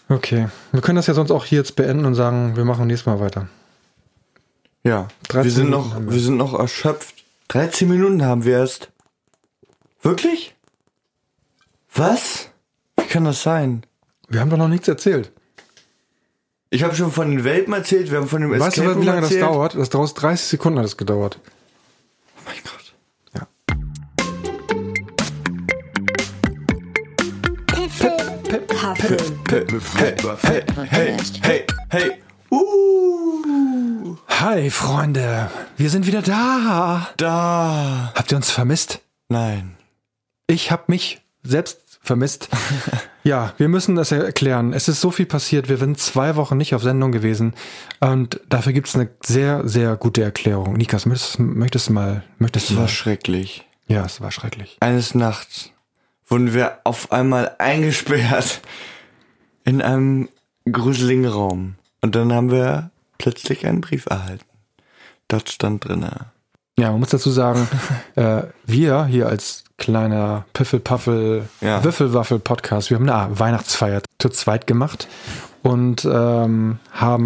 Okay, wir können das ja sonst auch hier jetzt beenden und sagen, wir machen nächstes Mal weiter. Ja, wir sind noch erschöpft. 13 Minuten haben wir erst. Wirklich? Was? Wie kann das sein? Wir haben doch noch nichts erzählt. Ich habe schon von den Welpen erzählt, wir haben von dem Escape Room erzählt. Weißt du, wie lange das dauert? Das dauert 30 Sekunden, hat es gedauert. Oh mein Gott. Ja. Hey. Hi, Freunde. Wir sind wieder da. Habt ihr uns vermisst? Nein. Ich habe mich selbst vermisst. Ja, wir müssen das erklären. Es ist so viel passiert. Wir sind 2 Wochen nicht auf Sendung gewesen. Und dafür gibt es eine sehr, sehr gute Erklärung. Nikas, möchtest du mal? Es war schrecklich. Ja, es war schrecklich. Eines Nachts wurden wir auf einmal eingesperrt in einem gruseligen Raum. Und dann haben wir plötzlich einen Brief erhalten. Dort stand drinne. Ja, man muss dazu sagen, wir hier als kleiner Piffel-Paffel-Würfelwaffel-Podcast, wir haben eine Weihnachtsfeier zu zweit gemacht und haben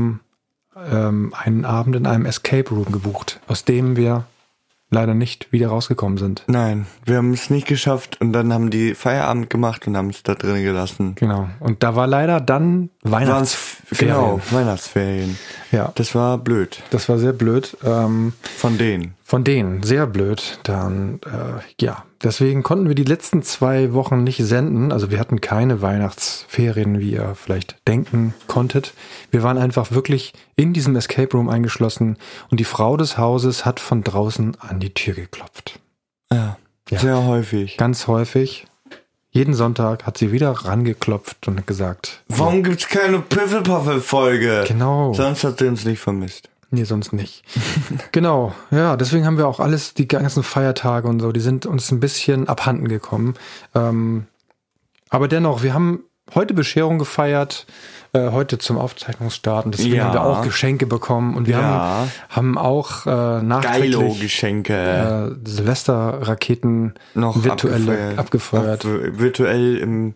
einen Abend in einem Escape Room gebucht, aus dem wir leider nicht wieder rausgekommen sind. Nein, wir haben es nicht geschafft und dann haben die Feierabend gemacht und haben es da drin gelassen. Genau, und da war leider dann Weihnachtsferien. Genau, Weihnachtsferien. Ja. Das war blöd. Das war sehr blöd. Von denen, sehr blöd. Dann, deswegen konnten wir die letzten 2 Wochen nicht senden. Also wir hatten keine Weihnachtsferien, wie ihr vielleicht denken konntet. Wir waren einfach wirklich in diesem Escape Room eingeschlossen und die Frau des Hauses hat von draußen an die Tür geklopft. Ja, sehr häufig. Ganz häufig. Jeden Sonntag hat sie wieder rangeklopft und hat gesagt, warum gibt's keine Piffel-Paffel-Folge? Genau. Sonst hat sie uns nicht vermisst. Nee, sonst nicht. Genau, ja, deswegen haben wir auch die ganzen Feiertage und so, die sind uns ein bisschen abhanden gekommen. Aber dennoch, wir haben heute Bescherung gefeiert, heute zum Aufzeichnungsstart und deswegen haben wir auch Geschenke bekommen und wir haben auch nachträglich Geilo-Geschenke, Silvesterraketen noch virtuell abgefeuert. Virtuell im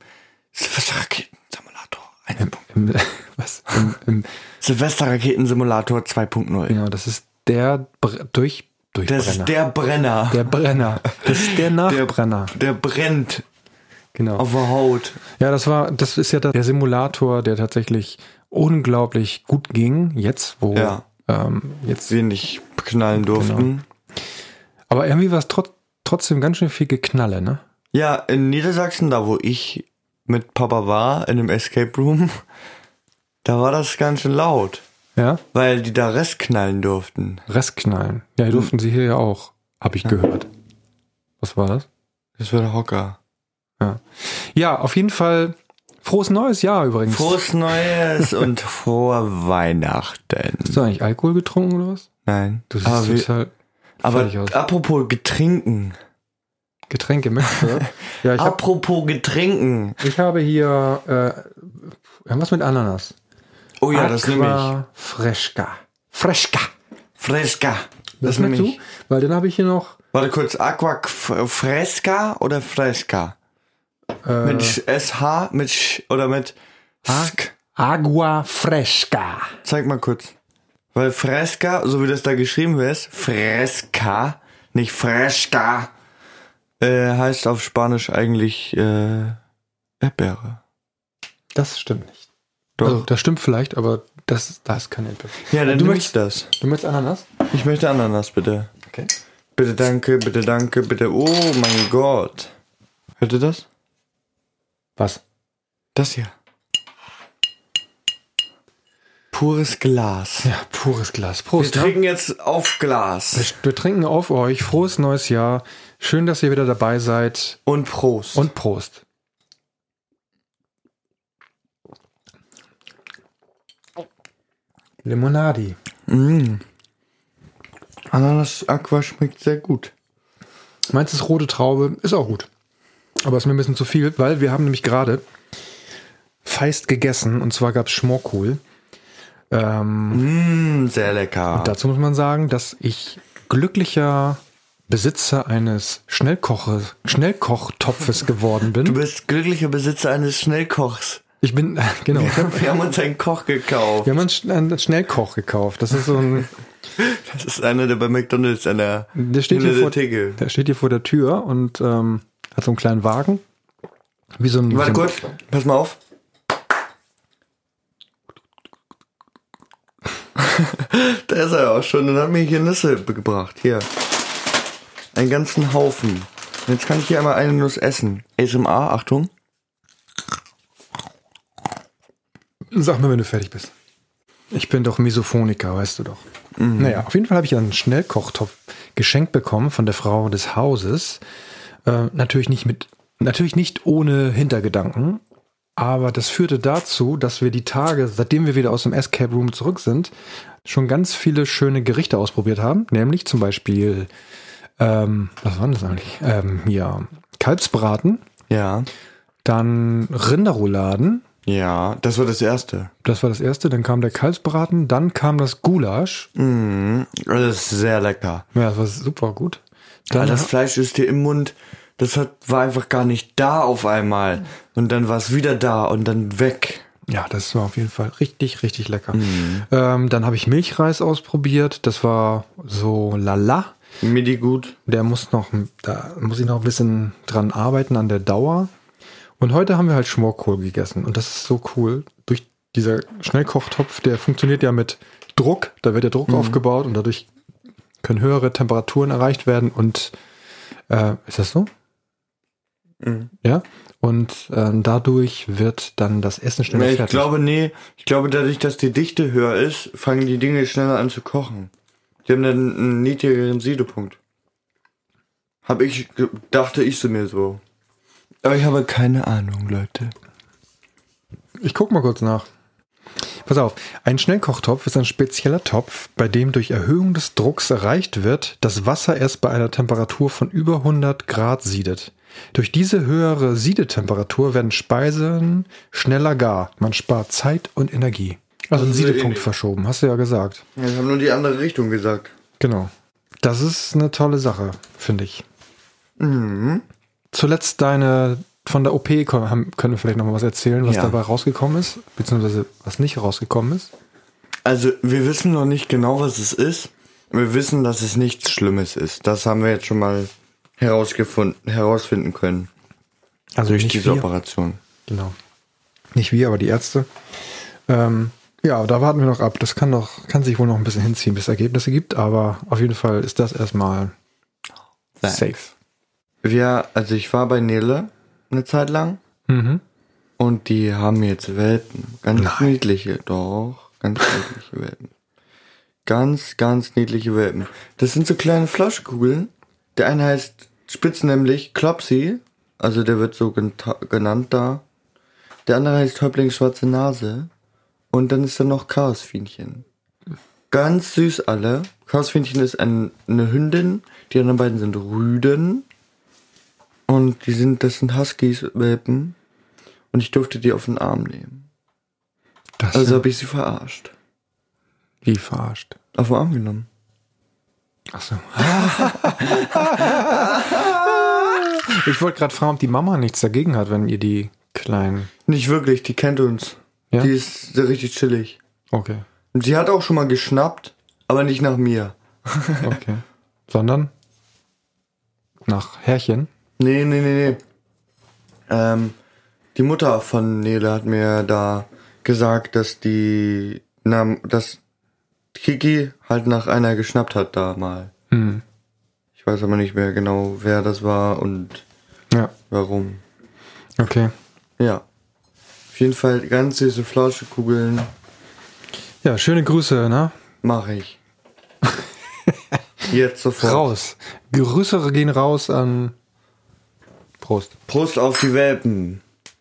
Silvesterraketensimulator 1.0. Im Silvesterraketensimulator 2.0. Genau, das ist der Durchbrenner. Das ist der Brenner. Der Brenner. Das ist der Nachbrenner. Der brennt. Genau. Auf der Haut. Ja, das ist ja der Simulator, der tatsächlich unglaublich gut ging, jetzt, wo jetzt wir nicht knallen durften. Genau. Aber irgendwie war es trotzdem ganz schön viel Geknalle, ne? Ja, in Niedersachsen, da wo ich mit Papa war, in dem Escape Room, da war das ganz schön laut. Ja? Weil die da Restknallen durften. Restknallen? Ja, durften sie hier ja auch, habe ich gehört. Was war das? Das war der Hocker. Ja, auf jeden Fall frohes neues Jahr übrigens. Frohes Neues und frohe Weihnachten. Hast du eigentlich Alkohol getrunken oder was? Nein. Du siehst total fertig aus. Apropos Getränken. Getränke, möchtest du? Ja, apropos Getränken. Ich habe hier was mit Ananas. Oh ja, das nehme ich. Fresca. Das nehme ich. Weil dann habe ich hier noch... Warte kurz, Aqua Fresca oder Fresca? Mit SH, mit Sch oder mit Sk? Agua Fresca. Zeig mal kurz. Weil Fresca, so wie das da geschrieben ist, Fresca, nicht Fresca, heißt auf Spanisch eigentlich Erdbeere. Das stimmt nicht. Doch. Also, das stimmt vielleicht, aber das ist keine Erdbeere. Ja, dann nehme ich das. Du möchtest Ananas? Ich möchte Ananas, bitte. Okay. Bitte, danke, bitte, danke, bitte. Oh mein Gott. Hört ihr das? Was? Das hier. Pures Glas. Ja, pures Glas. Prost. Wir trinken jetzt auf Glas. Wir trinken auf euch. Frohes neues Jahr. Schön, dass ihr wieder dabei seid. Und Prost. Und Prost. Limonadi. Ananas Aqua schmeckt sehr gut. Meins ist rote Traube. Ist auch gut. Aber ist mir ein bisschen zu viel, weil wir haben nämlich gerade feist gegessen. Und zwar gab es Schmorkohl. Sehr lecker. Und dazu muss man sagen, dass ich glücklicher Besitzer eines Schnellkochtopfes geworden bin. Du bist glücklicher Besitzer eines Schnellkochs. Genau. Wir haben uns einen Koch gekauft. Wir haben uns einen Schnellkoch gekauft. Das ist so ein... Das ist einer, der bei McDonald's an der Theke. Der steht hier vor der Tür und hat so einen kleinen Wagen. Wie so ein... Warte kurz, pass mal auf. Da ist er auch schon und hat mir hier Nüsse gebracht. Hier. Einen ganzen Haufen. Und jetzt kann ich hier einmal eine Nuss essen. ASMR, Achtung. Sag mir, wenn du fertig bist. Ich bin doch Misophoniker, weißt du doch. Mhm. Naja, auf jeden Fall habe ich einen Schnellkochtopf geschenkt bekommen von der Frau des Hauses. Natürlich nicht ohne Hintergedanken. Aber das führte dazu, dass wir die Tage, seitdem wir wieder aus dem Escape Room zurück sind, schon ganz viele schöne Gerichte ausprobiert haben. Nämlich zum Beispiel, was war das eigentlich? Kalbsbraten. Ja. Dann Rinderrouladen. Ja, das war das Erste. Dann kam der Kalbsbraten, dann kam das Gulasch. Das ist sehr lecker. Ja, das war super gut. Dann das Fleisch ist dir im Mund, war einfach gar nicht da auf einmal. Und dann war es wieder da und dann weg. Ja, das war auf jeden Fall richtig, richtig lecker. Dann habe ich Milchreis ausprobiert. Das war so lala. Midi gut. Da muss ich noch ein bisschen dran arbeiten an der Dauer. Und heute haben wir halt Schmorkohl gegessen. Und das ist so cool. Durch dieser Schnellkochtopf, der funktioniert ja mit Druck. Da wird der Druck aufgebaut und dadurch können höhere Temperaturen erreicht werden. Und ist das so? Ja. Und dadurch wird dann das Essen schneller fertig. Ich glaube, dadurch, dass die Dichte höher ist, fangen die Dinge schneller an zu kochen. Die haben dann einen niedrigeren Siedepunkt. Dachte ich so mir so. Aber ich habe keine Ahnung, Leute. Ich guck mal kurz nach. Pass auf, ein Schnellkochtopf ist ein spezieller Topf, bei dem durch Erhöhung des Drucks erreicht wird, dass Wasser erst bei einer Temperatur von über 100 Grad siedet. Durch diese höhere Siedetemperatur werden Speisen schneller gar. Man spart Zeit und Energie. Also ein Siedepunkt verschoben, hast du ja gesagt. Ja, ich habe nur die andere Richtung gesagt. Genau. Das ist eine tolle Sache, finde ich. Zuletzt von der OP können wir vielleicht noch mal was erzählen, was dabei rausgekommen ist, beziehungsweise was nicht rausgekommen ist. Also wir wissen noch nicht genau, was es ist. Wir wissen, dass es nichts Schlimmes ist. Das haben wir jetzt schon mal herausfinden können. Also durch diese Operation. Genau. Nicht wir, aber die Ärzte. Ja, da warten wir noch ab. Das kann sich wohl noch ein bisschen hinziehen, bis es Ergebnisse gibt, aber auf jeden Fall ist das erstmal safe. Ich war bei Nele eine Zeit lang und die haben jetzt Welpen. Ganz niedliche Welpen. Ganz, ganz niedliche Welpen. Das sind so kleine Flaschkugeln. Der eine heißt spitznämlich Klopsy, also der wird so genannt da. Der andere heißt Häuptling Schwarze Nase. Und dann ist da noch Chaosfienchen. Ganz süß alle. Chaosfienchen ist eine Hündin. Die anderen beiden sind Rüden. Und das sind Huskies-Welpen. Und ich durfte die auf den Arm nehmen. Also habe ich sie verarscht. Wie verarscht? Auf den Arm genommen. Ach so. Ich wollte gerade fragen, ob die Mama nichts dagegen hat, wenn ihr die kleinen... Nicht wirklich, die kennt uns. Ja? Die ist richtig chillig. Okay. Und sie hat auch schon mal geschnappt, aber nicht nach mir. Okay. Sondern? Nach Herrchen? Nee. Die Mutter von Nele hat mir da gesagt, dass dass Kiki halt nach einer geschnappt hat da mal. Ich weiß aber nicht mehr genau, wer das war und warum. Okay. Ja. Auf jeden Fall ganz süße Flaschekugeln. Ja, schöne Grüße, ne? Mach ich. Jetzt sofort. Raus. Grüße gehen raus an... Prost. Prost auf die Welpen.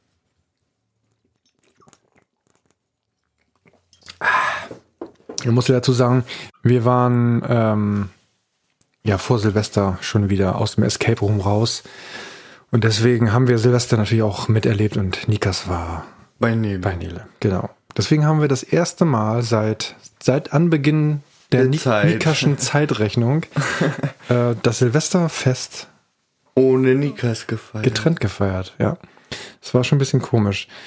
Ich muss dazu sagen, wir waren vor Silvester schon wieder aus dem Escape Room raus. Und deswegen haben wir Silvester natürlich auch miterlebt und Nikas war bei Nele. Genau. Deswegen haben wir das erste Mal seit Anbeginn der Nikaschen Zeitrechnung das Silvesterfest ohne Nikas gefeiert. Getrennt gefeiert, ja. Das war schon ein bisschen komisch.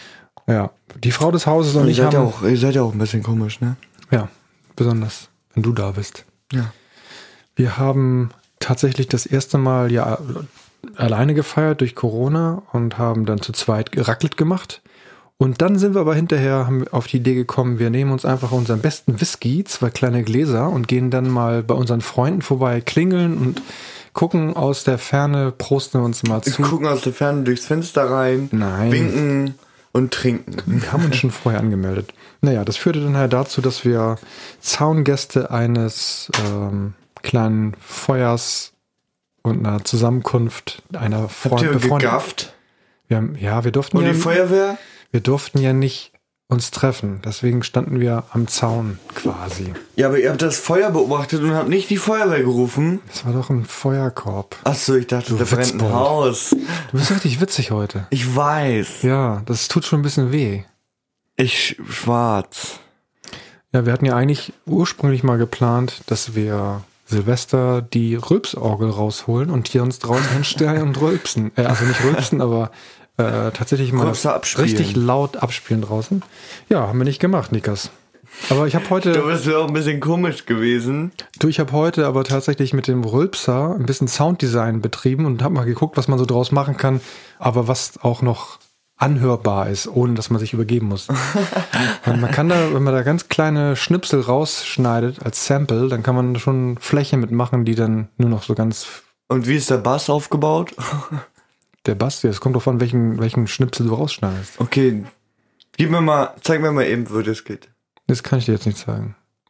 Ja, die Frau des Hauses und ich haben... Ihr seid ja auch ein bisschen komisch, ne? Ja, besonders, wenn du da bist. Ja. Wir haben tatsächlich das erste Mal ja alleine gefeiert durch Corona und haben dann zu zweit Raclette gemacht. Und dann sind wir aber hinterher haben wir auf die Idee gekommen, wir nehmen uns einfach unseren besten Whisky, 2 kleine Gläser und gehen dann mal bei unseren Freunden vorbei, klingeln und gucken aus der Ferne, prosten wir uns mal zu. Wir gucken aus der Ferne durchs Fenster rein, Nein. winken und trinken. Wir haben uns schon vorher angemeldet. Naja, das führte dann halt dazu, dass wir Zaungäste eines kleinen Feuers und einer Zusammenkunft einer Habt ihr gegafft? Wir durften Und die Feuerwehr? Wir durften ja nicht uns treffen. Deswegen standen wir am Zaun quasi. Ja, aber ihr habt das Feuer beobachtet und habt nicht die Feuerwehr gerufen? Das war doch ein Feuerkorb. Achso, ich dachte, da brennt ein Haus. Du bist richtig witzig heute. Ich weiß. Ja, das tut schon ein bisschen weh. Ich schwarz. Ja, wir hatten ja eigentlich ursprünglich mal geplant, dass wir Silvester die Rülpsorgel rausholen und hier uns draußen hinstellen und rülpsen. Also nicht rülpsen, aber tatsächlich mal richtig laut abspielen draußen. Ja, haben wir nicht gemacht, Nikas. Aber ich habe heute... Du bist ja auch ein bisschen komisch gewesen. Ich habe heute aber tatsächlich mit dem Rülpser ein bisschen Sounddesign betrieben und habe mal geguckt, was man so draus machen kann, aber was auch noch anhörbar ist, ohne dass man sich übergeben muss. Man kann da, wenn man da ganz kleine Schnipsel rausschneidet als Sample, dann kann man schon Fläche mitmachen, die dann nur noch so ganz... Und wie ist der Bass aufgebaut? Der Bass, es kommt drauf an, welchen Schnipsel du rausschneidest. Okay, zeig mir mal eben, wo das geht. Das kann ich dir jetzt nicht zeigen.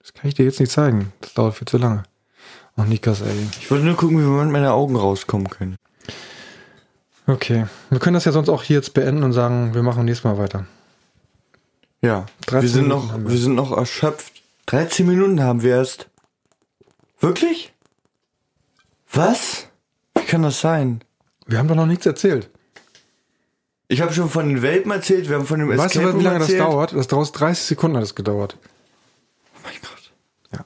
Das dauert viel zu lange. Ach, Nikas, ey. Ich wollte nur gucken, wie wir mit meinen Augen rauskommen können. Okay, wir können das ja sonst auch hier jetzt beenden und sagen, wir machen nächstes Mal weiter. Ja, wir sind noch erschöpft. 13 Minuten haben wir erst. Wirklich? Was? Wie kann das sein? Wir haben doch noch nichts erzählt. Ich habe schon von den Welpen erzählt, wir haben von dem Escape Weißt du, wie lange erzählt? Das dauert? Das dauert 30 Sekunden hat es gedauert. Oh mein Gott. Ja.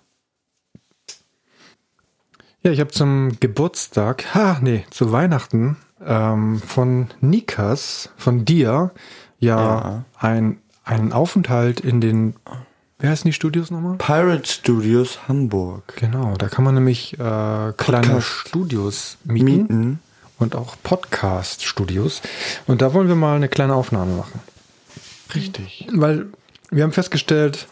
Ja, ich habe zum Geburtstag, zu Weihnachten von Nikas, von dir, einen Aufenthalt in den, wie heißen die Studios nochmal? Pirate Studios Hamburg. Genau, da kann man nämlich kleine Studios mieten. Und auch Podcast-Studios. Und da wollen wir mal eine kleine Aufnahme machen. Richtig. Weil wir haben festgestellt,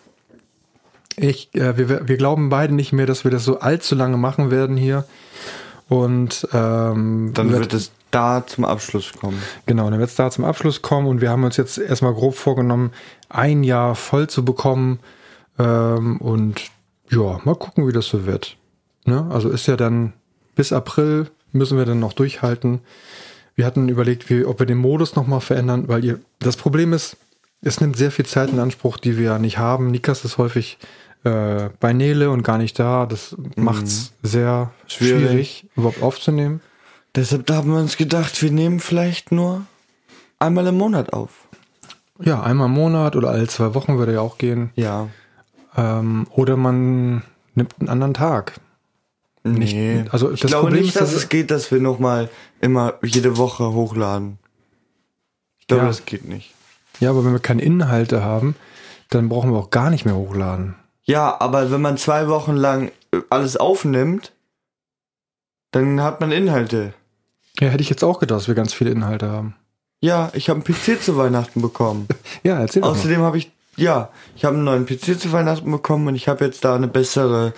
wir glauben beide nicht mehr, dass wir das so allzu lange machen werden hier. Und dann wird es da zum Abschluss kommen. Genau, dann wird es da zum Abschluss kommen. Und wir haben uns jetzt erstmal grob vorgenommen, 1 Jahr voll zu bekommen. Und ja, mal gucken, wie das so wird. Ne? Also ist ja dann bis April müssen wir dann noch durchhalten. Wir hatten überlegt, ob wir den Modus nochmal verändern, weil das Problem ist, es nimmt sehr viel Zeit in Anspruch, die wir ja nicht haben. Nikas ist häufig bei Nele und gar nicht da. Das macht es sehr schwierig, überhaupt aufzunehmen. Deshalb haben wir uns gedacht, wir nehmen vielleicht nur einmal im Monat auf. Ja, einmal im Monat oder alle 2 Wochen würde ja auch gehen. Ja. Oder man nimmt einen anderen Tag. Nee, also ich glaube nicht, dass es geht, dass wir nochmal immer jede Woche hochladen. Ich glaube, das geht nicht. Ja, aber wenn wir keine Inhalte haben, dann brauchen wir auch gar nicht mehr hochladen. Ja, aber wenn man 2 Wochen lang alles aufnimmt, dann hat man Inhalte. Ja, hätte ich jetzt auch gedacht, dass wir ganz viele Inhalte haben. Ja, ich habe einen PC zu Weihnachten bekommen. Ja, erzähl doch mal. Außerdem habe ich einen neuen PC zu Weihnachten bekommen und ich habe jetzt da einen besseren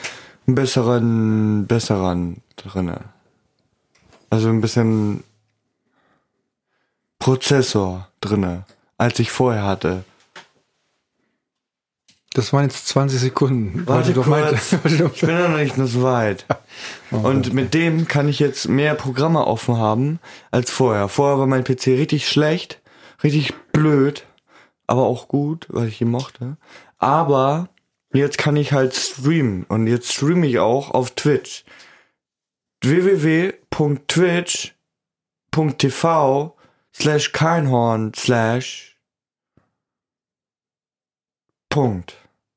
drinne. Also ein bisschen Prozessor drinne, als ich vorher hatte. Das waren jetzt 20 Sekunden. Warte kurz. Ich bin noch nicht so weit. Und mit dem kann ich jetzt mehr Programme offen haben als vorher. Vorher war mein PC richtig schlecht, richtig blöd, aber auch gut, weil ich ihn mochte. Aber jetzt kann ich halt streamen und jetzt streame ich auch auf Twitch. www.twitch.tv/Keinhorn/ Punkt.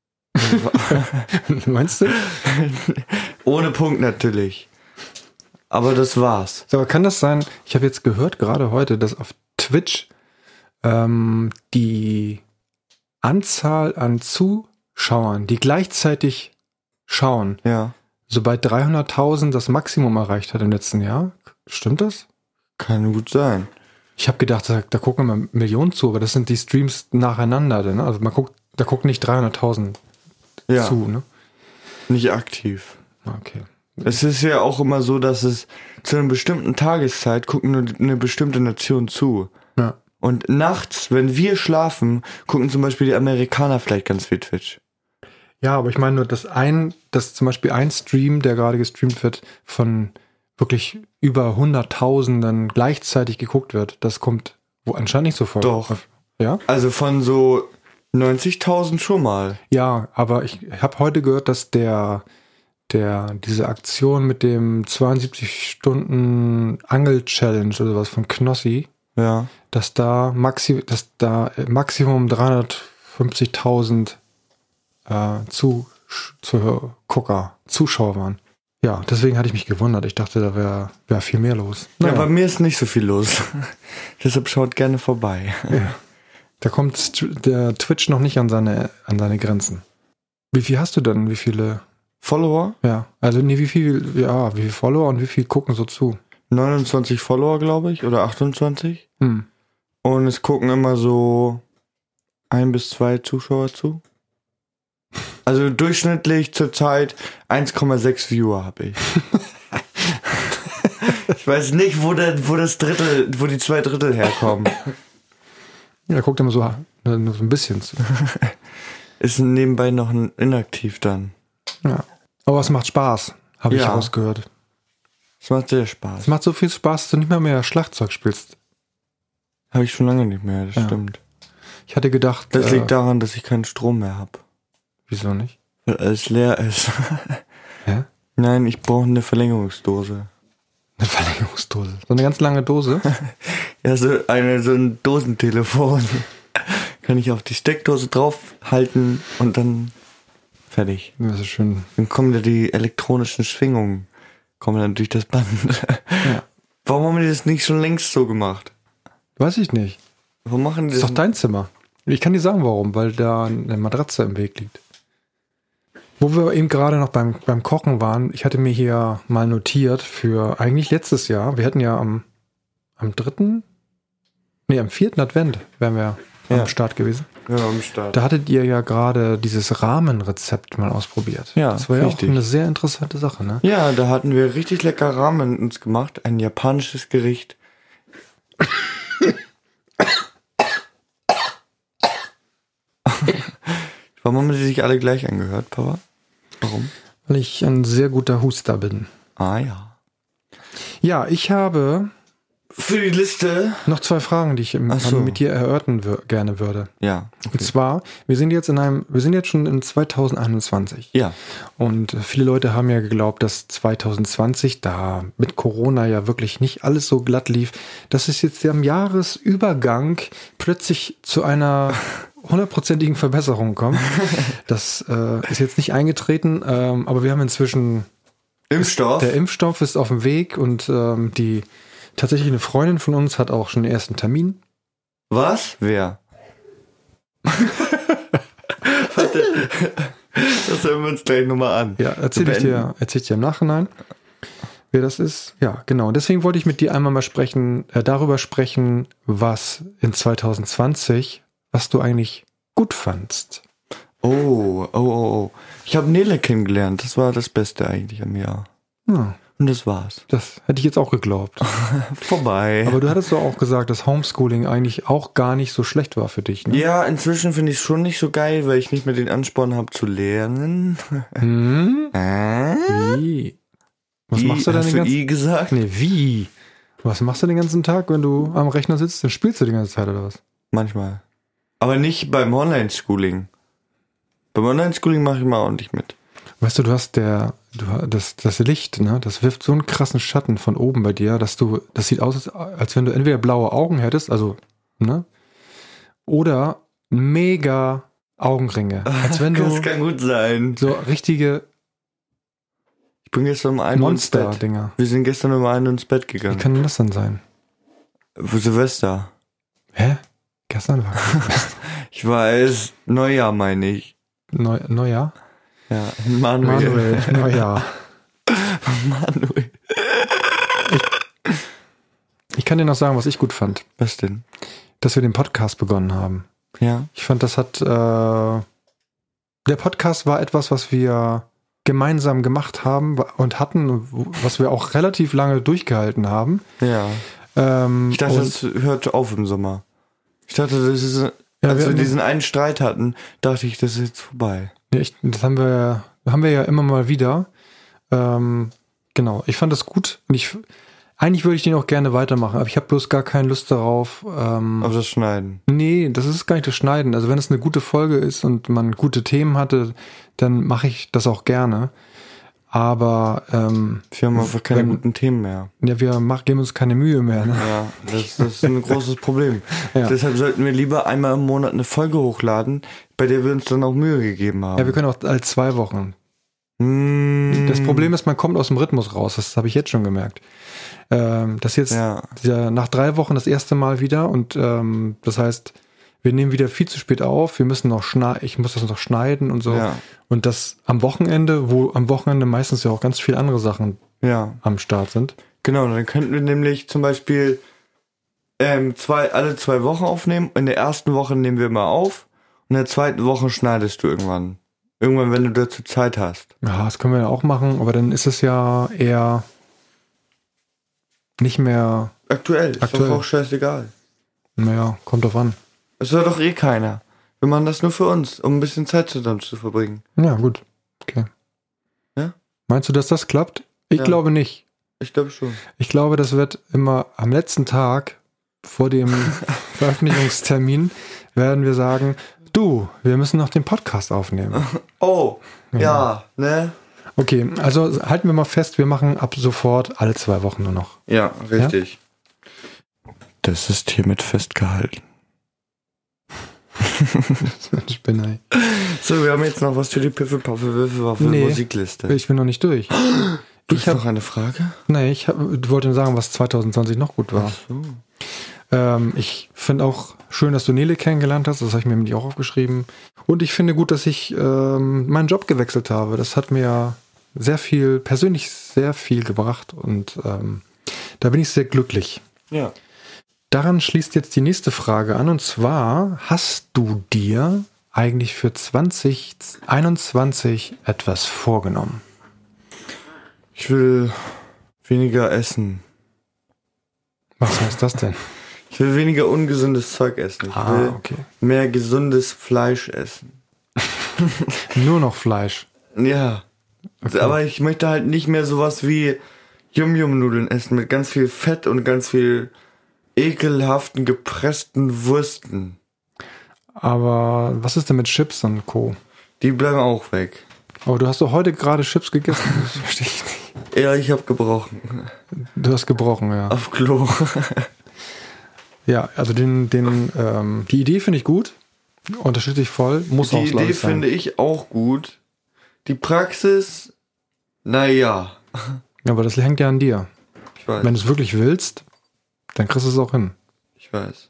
Meinst du? Ohne Punkt natürlich. Aber das war's. Aber kann das sein, ich habe jetzt gehört, gerade heute, dass auf Twitch die Anzahl an Zuschauern, die gleichzeitig schauen, Ja. so bei 300.000 das Maximum erreicht hat im letzten Jahr. Stimmt das? Kann gut sein. Ich habe gedacht, da gucken immer Millionen zu, aber das sind die Streams nacheinander. Ne? Also da gucken nicht 300.000 Ja. zu. Ne? Nicht aktiv. Okay. Es ist ja auch immer so, dass es zu einer bestimmten Tageszeit gucken nur eine bestimmte Nation zu. Ja. Und nachts, wenn wir schlafen, gucken zum Beispiel die Amerikaner vielleicht ganz viel Twitch. Ja, aber ich meine nur, dass zum Beispiel ein Stream, der gerade gestreamt wird, von wirklich über 100.000 gleichzeitig geguckt wird, das kommt anscheinend nicht so vor. Doch. Ja? Also von so 90.000 schon mal. Ja, aber ich habe heute gehört, dass diese Aktion mit dem 72 Stunden Angel-Challenge oder was von Knossi, Ja. dass da Maximum 350.000 Zuschauer waren. Ja, deswegen hatte ich mich gewundert. Ich dachte, da wäre viel mehr los. Ja, bei mir ist nicht so viel los. Deshalb schaut gerne vorbei. Ja. Da kommt der Twitch noch nicht an seine Grenzen. Wie viel hast du denn? Wie viele? Follower? Ja, also nee, wie viel Follower und wie viel gucken so zu? 29 Follower, glaube ich, oder 28. Und es gucken immer so 1 bis 2 Zuschauer zu. Also durchschnittlich zurzeit 1,6 Viewer habe ich. Ich weiß nicht, wo die 2 Drittel herkommen. Ja, guckt immer so nur so ein bisschen zu. Ist nebenbei noch ein inaktiv dann. Ja. Aber es macht Spaß, habe ich Ja. rausgehört. Es macht sehr Spaß. Es macht so viel Spaß, dass du nicht mehr Schlagzeug spielst. Habe ich schon lange nicht mehr, das Ja. stimmt. Ich hatte gedacht... Das liegt daran, dass ich keinen Strom mehr habe. Wieso nicht? Weil alles leer ist. Hä? Nein, ich brauche eine Verlängerungsdose. Eine Verlängerungsdose. So eine ganz lange Dose? Ja, so ein Dosentelefon. Kann ich auf die Steckdose draufhalten und dann fertig. Das ist schön. Dann kommen da die elektronischen Schwingungen. Kommen dann durch das Band. Ja. Warum haben die das nicht schon längst so gemacht? Weiß ich nicht. Warum machen die Das ist das? doch dein Zimmer. Ich kann dir sagen, warum. Weil da eine Matratze im Weg liegt. Wo wir eben gerade noch beim Kochen waren, ich hatte mir hier mal notiert für eigentlich letztes Jahr. Wir hätten ja am 4. Advent wären wir am Start gewesen. Ja, am Start. Da hattet ihr ja gerade dieses Rahmenrezept mal ausprobiert. Ja, das war ja richtig. auch eine sehr interessante Sache, ne? Ja, da hatten wir richtig lecker Ramen uns gemacht. Ein japanisches Gericht. Warum haben sie sich alle gleich angehört, Papa? Warum? Weil ich ein sehr guter Huster bin. Ah ja. Ja, ich habe Für die Liste. noch 2 Fragen, die ich Ach so. mit dir erörtern gerne würde. Ja. Und zwar, wir sind jetzt schon in 2021. Ja. Und viele Leute haben ja geglaubt, dass 2020, da mit Corona ja wirklich nicht alles so glatt lief, dass es jetzt am Jahresübergang plötzlich zu einer 100%igen Verbesserung kommt. Das ist jetzt nicht eingetreten, aber wir haben inzwischen, Impfstoff. der Impfstoff ist auf dem Weg und tatsächlich eine Freundin von uns hat auch schon den ersten Termin. Was? Wer? Warte. Das hören wir uns gleich nochmal an. Ja, erzähl ich dir im Nachhinein, wer das ist. Ja, genau. Und deswegen wollte ich mit dir einmal mal darüber sprechen, was in 2020, was du eigentlich gut fandst. Oh. Ich habe Nele kennengelernt. Das war das Beste eigentlich am Jahr. Ja, Und das war's. das hätte ich jetzt auch geglaubt. Vorbei. Aber du hattest doch auch gesagt, dass Homeschooling eigentlich auch gar nicht so schlecht war für dich, ne? Ja, inzwischen finde ich es schon nicht so geil, weil ich nicht mehr den Ansporn habe zu lernen. Hm? Wie? Was machst du denn Hast den du ganzen gesagt? Nee, wie? Was machst du den ganzen Tag, wenn du am Rechner sitzt? Dann spielst du die ganze Zeit oder was? Manchmal. Aber nicht beim Online-Schooling. Beim Online-Schooling mache ich mal ordentlich mit. Weißt du, das Licht, ne, das wirft so einen krassen Schatten von oben bei dir, das sieht aus, als wenn du entweder blaue Augen hättest, also, ne, oder mega Augenringe. Als wenn Das du kann gut sein. so richtige Ich bin gestern um 1 Uhr ins Bett. Monster-Dinger. Wir sind gestern um 1 Uhr ins Bett Wie gegangen. kann denn das denn sein? Für Silvester. Hä? Gestern war Silvester. Ich weiß, Neujahr meine ich. Neujahr? Ja, Manuel. Neujahr. Manuel. Ich kann dir noch sagen, was ich gut fand. Was denn? Dass wir den Podcast begonnen haben. Ja. Ich fand, der Podcast war etwas, was wir gemeinsam gemacht haben und hatten, was wir auch relativ lange durchgehalten haben. Ja. Ich dachte, das hört auf im Sommer. Ich dachte, das ist, als wir diesen einen Streit hatten, dachte ich, das ist jetzt vorbei. Ja, das haben wir ja immer mal wieder. Genau, ich fand das gut und eigentlich würde ich den auch gerne weitermachen, aber ich habe bloß gar keine Lust darauf. Auf das Schneiden? Nee, das ist gar nicht das Schneiden. Also wenn es eine gute Folge ist und man gute Themen hatte, dann mache ich das auch gerne. Aber wir haben einfach keine guten Themen mehr. Ja, wir geben uns keine Mühe mehr. Ne? Ja, das ist ein großes Problem. Ja. Deshalb sollten wir lieber einmal im Monat eine Folge hochladen, bei der wir uns dann auch Mühe gegeben haben. Ja, wir können auch alle 2 Wochen. Das Problem ist, man kommt aus dem Rhythmus raus. Das habe ich jetzt schon gemerkt. Das jetzt nach 3 Wochen das erste Mal wieder und das heißt, wir nehmen wieder viel zu spät auf. Wir müssen ich muss das noch schneiden und so. Ja. Und das am Wochenende, wo am Wochenende meistens ja auch ganz viele andere Sachen am Start sind. Genau, dann könnten wir nämlich zum Beispiel alle 2 Wochen aufnehmen. In der ersten Woche nehmen wir mal auf und in der zweiten Woche schneidest du irgendwann. Irgendwann, wenn du dazu Zeit hast. Ja, das können wir ja auch machen, aber dann ist es ja eher nicht mehr aktuell. Ist doch auch scheißegal. Naja, kommt drauf an. Es hört doch eh keiner. Wir machen das nur für uns, um ein bisschen Zeit zusammen zu verbringen. Ja, gut. Okay. Ja? Meinst du, dass das klappt? Ich glaube nicht. Ich glaube schon. Ich glaube, das wird immer am letzten Tag vor dem Veröffentlichungstermin werden wir sagen, du, wir müssen noch den Podcast aufnehmen. Oh, ja, ne? Okay, also halten wir mal fest, wir machen ab sofort alle 2 Wochen nur noch. Ja, richtig. Ja? Das ist hiermit festgehalten. Spinner. So, wir haben jetzt noch was für die Piffelpaffelwürfelwaffel Musikliste. Ich bin noch nicht durch. Ich habe noch eine Frage? Nee, ich wollte nur sagen, was 2020 noch gut war. Ach so. Ich finde auch schön, dass du Nele kennengelernt hast. Das habe ich mir nämlich auch aufgeschrieben. Und ich finde gut, dass ich meinen Job gewechselt habe. Das hat mir persönlich sehr viel gebracht. Und da bin ich sehr glücklich. Ja. Daran schließt jetzt die nächste Frage an. Und zwar, hast du dir eigentlich für 2021 etwas vorgenommen? Ich will weniger essen. Was heißt das denn? Ich will weniger ungesundes Zeug essen. Ich will mehr gesundes Fleisch essen. Nur noch Fleisch? Ja. Okay. Aber ich möchte halt nicht mehr sowas wie Yum-Yum-Nudeln essen mit ganz viel Fett und ganz viel ekelhaften gepressten Würsten. Aber was ist denn mit Chips und Co.? Die bleiben auch weg. Aber du hast doch heute gerade Chips gegessen. Das verstehe ich nicht. Ja, ich habe gebrochen. Du hast gebrochen, ja. Auf Klo. Ja, also die Idee finde ich gut. Unterstütze ich voll. Muss auch sein. Die Idee finde ich auch gut. Die Praxis, naja. Ja, aber das hängt ja an dir. Ich weiß. Wenn du es wirklich willst, dann kriegst du es auch hin. Ich weiß.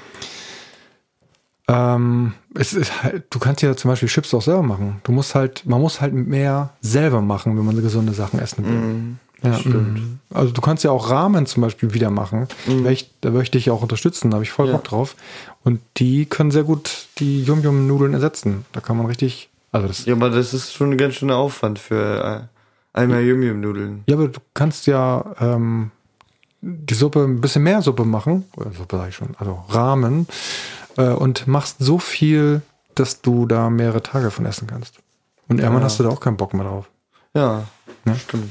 Du kannst ja zum Beispiel Chips auch selber machen. Man muss halt mehr selber machen, wenn man gesunde Sachen essen will. Ja, stimmt. Also du kannst ja auch Ramen zum Beispiel wieder machen. Da möchte ich ja auch unterstützen, da habe ich voll Bock drauf. Und die können sehr gut die Yum-Yum-Nudeln ersetzen. Da kann man richtig... ja, aber das ist schon ein ganz schöner Aufwand für einmal Yum-Yum-Nudeln. Ja, aber du kannst ja die Suppe, ein bisschen mehr Suppe machen. Suppe sag ich schon, also Ramen. Und machst so viel, dass du da mehrere Tage von essen kannst. Und irgendwann hast du da auch keinen Bock mehr drauf. Ja, stimmt.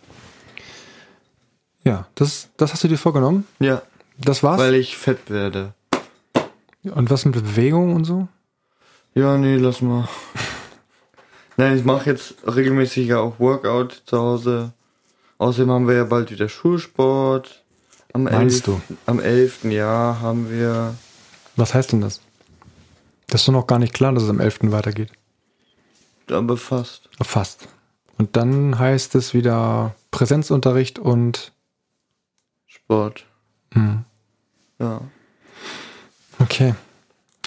Ja, das hast du dir vorgenommen? Ja. Das war's? Weil ich fett werde. Und was mit Bewegung und so? Ja, nee, lass mal. Nein, ich mache jetzt regelmäßig ja auch Workout zu Hause. Außerdem haben wir ja bald wieder Schulsport. Meinst du? Am 11. Jahr haben wir... Was heißt denn das? Das ist doch noch gar nicht klar, dass es am 11. weitergeht. Aber fast. Fast. Und dann heißt es wieder Präsenzunterricht und Sport. Ja. Ja. Okay.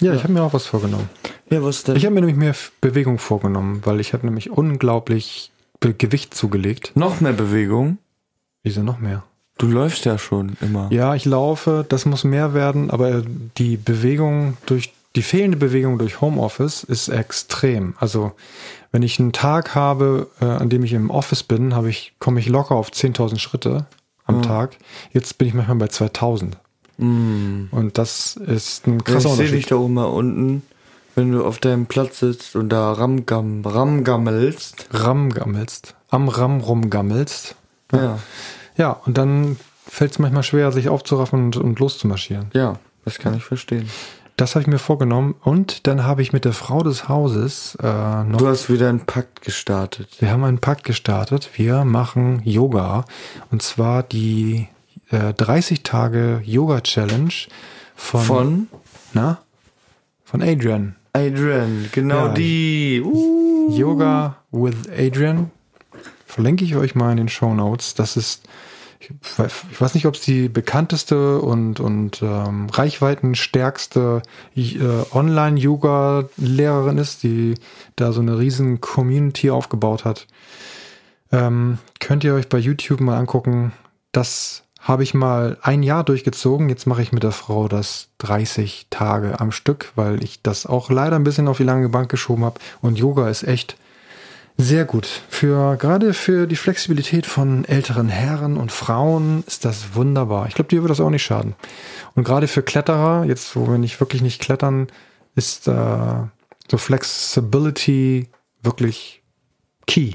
Ja, ich habe mir auch was vorgenommen. Ja, was denn? Ich habe mir nämlich mehr Bewegung vorgenommen, weil ich habe nämlich unglaublich Gewicht zugelegt. Noch mehr Bewegung? Wieso noch mehr? Du läufst ja schon immer. Ja, ich laufe, das muss mehr werden, aber die fehlende Bewegung durch Homeoffice ist extrem. Also wenn ich einen Tag habe, an dem ich im Office bin, komme ich locker auf 10.000 Schritte am Tag. Jetzt bin ich manchmal bei 2.000. Und das ist ein krasser Ich sehe Unterschied. dich da oben mal unten, wenn du auf deinem Platz sitzt und da ramgammelst. Am Ram rumgammelst. Ja. Ja, und dann fällt es manchmal schwer, sich aufzuraffen und loszumarschieren. Ja, das kann ich verstehen. Das habe ich mir vorgenommen. Und dann habe ich mit der Frau des Hauses noch... Du hast wieder einen Pakt gestartet. Wir haben einen Pakt gestartet. Wir machen Yoga. Und zwar die 30 Tage Yoga Challenge von Adrian. Adrian, genau Ja. die. Yoga with Adrian. Verlinke ich euch mal in den Shownotes. Das ist, ich weiß nicht, ob es die bekannteste und reichweitenstärkste Online-Yoga-Lehrerin ist, die da so eine riesen Community aufgebaut hat. Könnt ihr euch bei YouTube mal angucken. Das habe ich mal ein Jahr durchgezogen. Jetzt mache ich mit der Frau das 30 Tage am Stück, weil ich das auch leider ein bisschen auf die lange Bank geschoben habe. Und Yoga ist echt sehr gut. Gerade für die Flexibilität von älteren Herren und Frauen ist das wunderbar. Ich glaube, dir würde das auch nicht schaden. Und gerade für Kletterer, jetzt wo wir wirklich nicht klettern, ist so Flexibility wirklich key.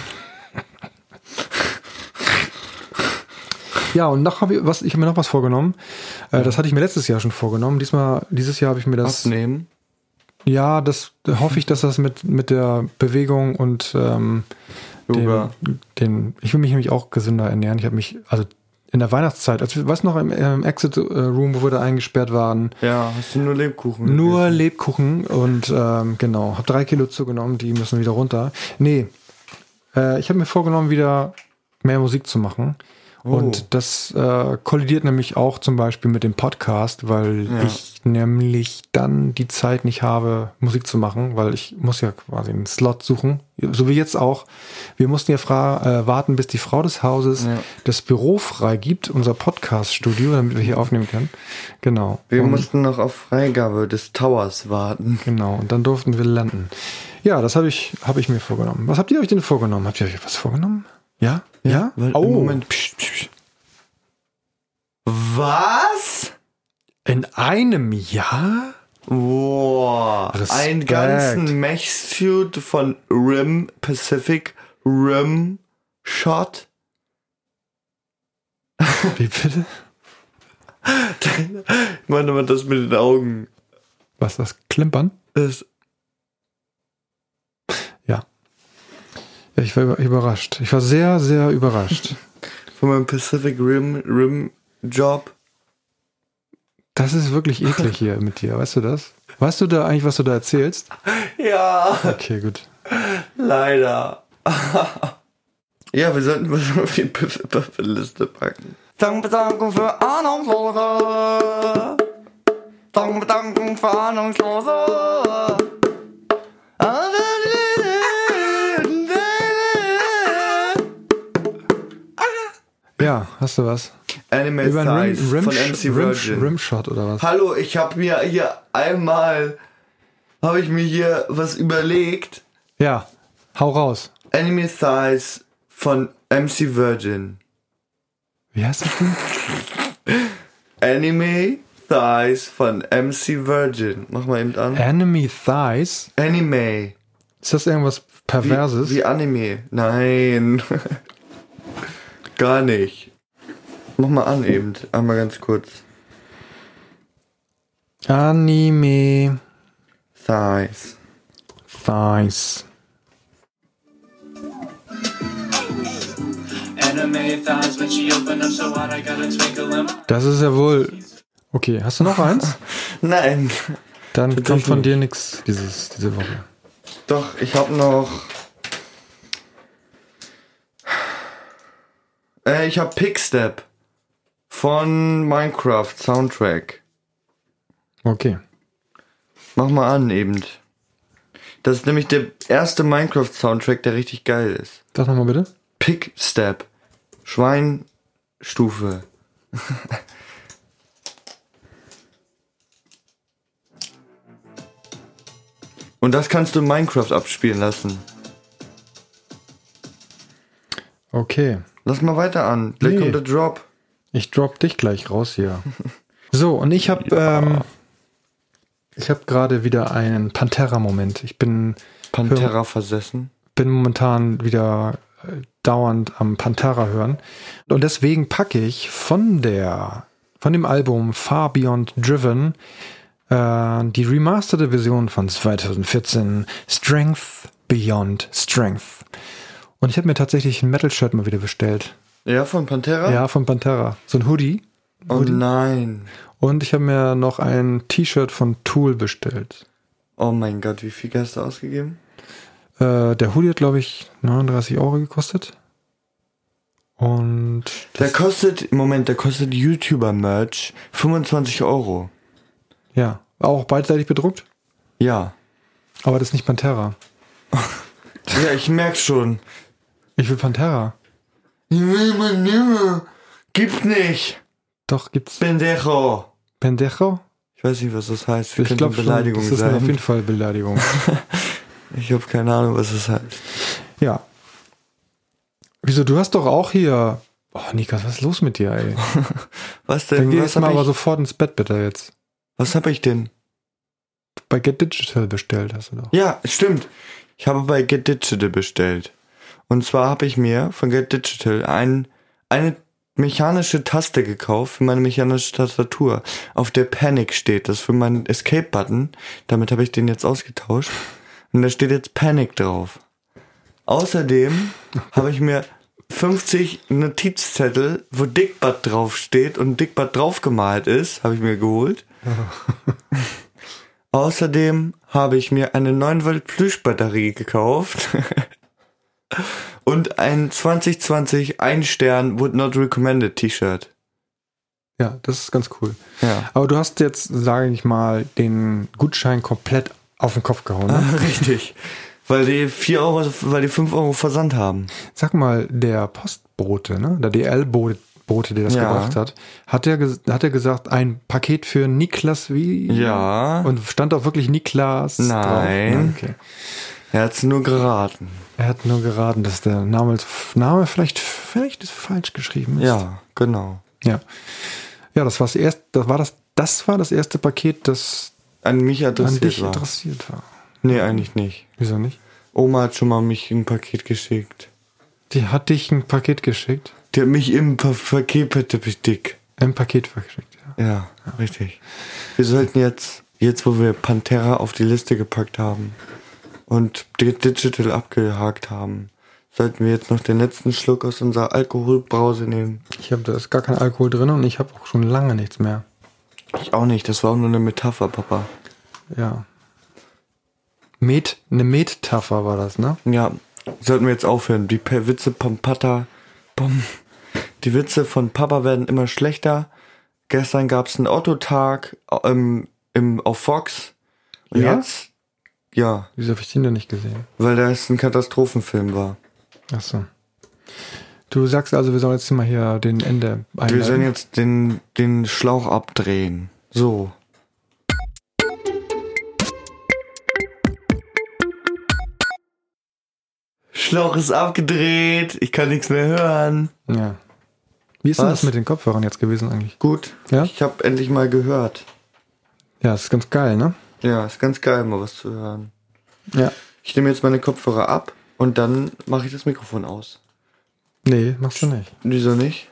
Ja, und ich habe mir noch was vorgenommen. Das hatte ich mir letztes Jahr schon vorgenommen. Dieses Jahr habe ich mir das... Abnehmen. Ja, das hoffe ich, dass das mit der Bewegung und Yoga. ich will mich nämlich auch gesünder ernähren. Ich habe mich, also in der Weihnachtszeit, weißt du noch, im Exit Room, wo wir da eingesperrt waren? Ja, hast du nur Lebkuchen? Nur Lebkuchen und genau, habe 3 Kilo zugenommen, die müssen wieder runter. Nee, ich habe mir vorgenommen, wieder mehr Musik zu machen. Und das kollidiert nämlich auch zum Beispiel mit dem Podcast, weil ich nämlich dann die Zeit nicht habe, Musik zu machen, weil ich muss ja quasi einen Slot suchen, so wie jetzt auch. Wir mussten ja warten, bis die Frau des Hauses das Büro freigibt, unser Podcast-Studio, damit wir hier aufnehmen können. Genau. Wir mussten noch auf Freigabe des Towers warten. Genau, und dann durften wir landen. Ja, das habe ich mir vorgenommen. Was habt ihr euch denn vorgenommen? Habt ihr euch was vorgenommen? Ja? Ja? Moment. Was? In einem Jahr? Wow. Respekt. Einen ganzen Mech-Suit von Rim Pacific Rim Shot. Wie bitte? Ich meine mal das mit den Augen. Was, das Klimpern? Das Ja, ich war überrascht. Ich war sehr, sehr überrascht. von meinem Pacific Rim Job. Das ist wirklich eklig hier mit dir, weißt du das? Weißt du da eigentlich, was du da erzählst? Ja, Okay, gut. leider. Ja, wir sollten was auf die Liste packen. Dankbedankung für Ahnungslose. Dankbedankung für Ahnungslose. Ja, hast du was? Animal Über einen Thighs von MC Virgin. Rimshot oder was? Hallo, ich habe mir hier was überlegt. Ja, hau raus. Animal Thighs von MC Virgin. Wie heißt das denn? Anime Thighs von MC Virgin. Mach mal eben an. Enemy Thighs? Anime. Ist das irgendwas Perverses? Wie Anime. Nein. Gar nicht. Mach mal an eben. Einmal ganz kurz. Anime Thighs. Thighs. Das ist ja wohl... Okay, hast du noch eins? Nein. Dann kommt von dir nichts diese Woche. Doch, ich habe noch... Ich habe Pickstep von Minecraft Soundtrack. Okay. Mach mal an eben. Das ist nämlich der erste Minecraft-Soundtrack, der richtig geil ist. Sag nochmal bitte. Pick Step. Schweinstufe. Und das kannst du in Minecraft abspielen lassen. Okay. Lass mal weiter an. Gleich kommt der Drop. Ich drop dich gleich raus hier. So, und ich habe gerade wieder einen Pantera-Moment. Ich bin Pantera versessen. Bin momentan wieder dauernd am Pantera hören. Und deswegen packe ich von dem Album Far Beyond Driven die remasterte Version von 2014, Strength Beyond Strength. Und ich habe mir tatsächlich ein Metal-Shirt mal wieder bestellt. Ja, von Pantera? Ja, von Pantera. So ein Hoodie. Oh nein. Und ich habe mir noch ein T-Shirt von Tool bestellt. Oh mein Gott, wie viel hast du ausgegeben? Der Hoodie hat, glaube ich, 39 € gekostet. Und der kostet YouTuber-Merch 25 €. Ja, auch beidseitig bedruckt? Ja. Aber das ist nicht Pantera. Ja, ich merk's schon. Ich will Pantera. Gibt's nicht. Doch, gibt's. Pendejo. Pendejo? Ich weiß nicht, was das heißt. Ich glaube, Beleidigung das ist auf jeden Fall Beleidigung. Ich habe keine Ahnung, was das heißt. Ja. Wieso, du hast doch auch hier... Oh, Nikas, was ist los mit dir, ey? Was denn? Dann geh jetzt mal aber sofort ins Bett, bitte, jetzt. Was habe ich denn? Bei Get Digital bestellt hast du doch. Ja, stimmt. Ich habe bei Get Digital bestellt. Und zwar habe ich mir von Get Digital eine mechanische Taste gekauft für meine mechanische Tastatur, auf der Panic steht. Das ist für meinen Escape-Button. Damit habe ich den jetzt ausgetauscht. Und da steht jetzt Panic drauf. Außerdem habe ich mir 50 Notizzettel, wo Dickbutt drauf steht und Dickbutt drauf gemalt ist, habe ich mir geholt. Außerdem habe ich mir eine 9V Plüschbatterie gekauft und ein 2020 1-Stern Would Not Recommended T-Shirt. Ja, das ist ganz cool. Ja. Aber du hast jetzt, sage ich mal, den Gutschein komplett auf den Kopf gehauen. Ne? Richtig. Weil die 5 € Versand haben. Sag mal, der Postbote, ne? Der DL-Bote, der das gebracht hat, hat er gesagt, ein Paket für Niklas wie? Ja. Und stand auch wirklich Niklas Nein. drauf? Okay. Er hat's nur geraten. Er hat nur geraten, dass der Name vielleicht ist falsch geschrieben ist. Ja, genau. Ja. Ja, das war das erste Paket, das an mich interessiert war. Nee, eigentlich nicht. Wieso nicht? Oma hat schon mal mich ein Paket geschickt. Die hat dich ein Paket geschickt? Die hat mich im Paket geschickt. Im Paket geschickt, ja. Ja, richtig. Wir sollten jetzt wo wir Pantera auf die Liste gepackt haben und Digital abgehakt haben, sollten wir jetzt noch den letzten Schluck aus unserer Alkoholbrause nehmen. Da ist gar kein Alkohol drin und ich habe auch schon lange nichts mehr. Ich auch nicht, das war auch nur eine Metapher, Papa. Ja. Eine Metapher war das, ne? Ja, sollten wir jetzt aufhören. Die Witze die Witze von Papa werden immer schlechter. Gestern gab es einen Autotag auf Fox. Und jetzt, ja. Wieso habe ich den denn nicht gesehen? Weil das ein Katastrophenfilm war. Ach so. Du sagst also, wir sollen jetzt mal hier den Ende einleiten. Wir sollen jetzt den Schlauch abdrehen. So. Schlauch ist abgedreht. Ich kann nichts mehr hören. Ja. Wie ist denn das mit den Kopfhörern jetzt gewesen eigentlich? Gut. Ja? Ich habe endlich mal gehört. Ja, ist ganz geil, ne? Ja, ist ganz geil, mal was zu hören. Ja. Ich nehme jetzt meine Kopfhörer ab und dann mache ich das Mikrofon aus. Nee, machst du nicht. Wieso nicht?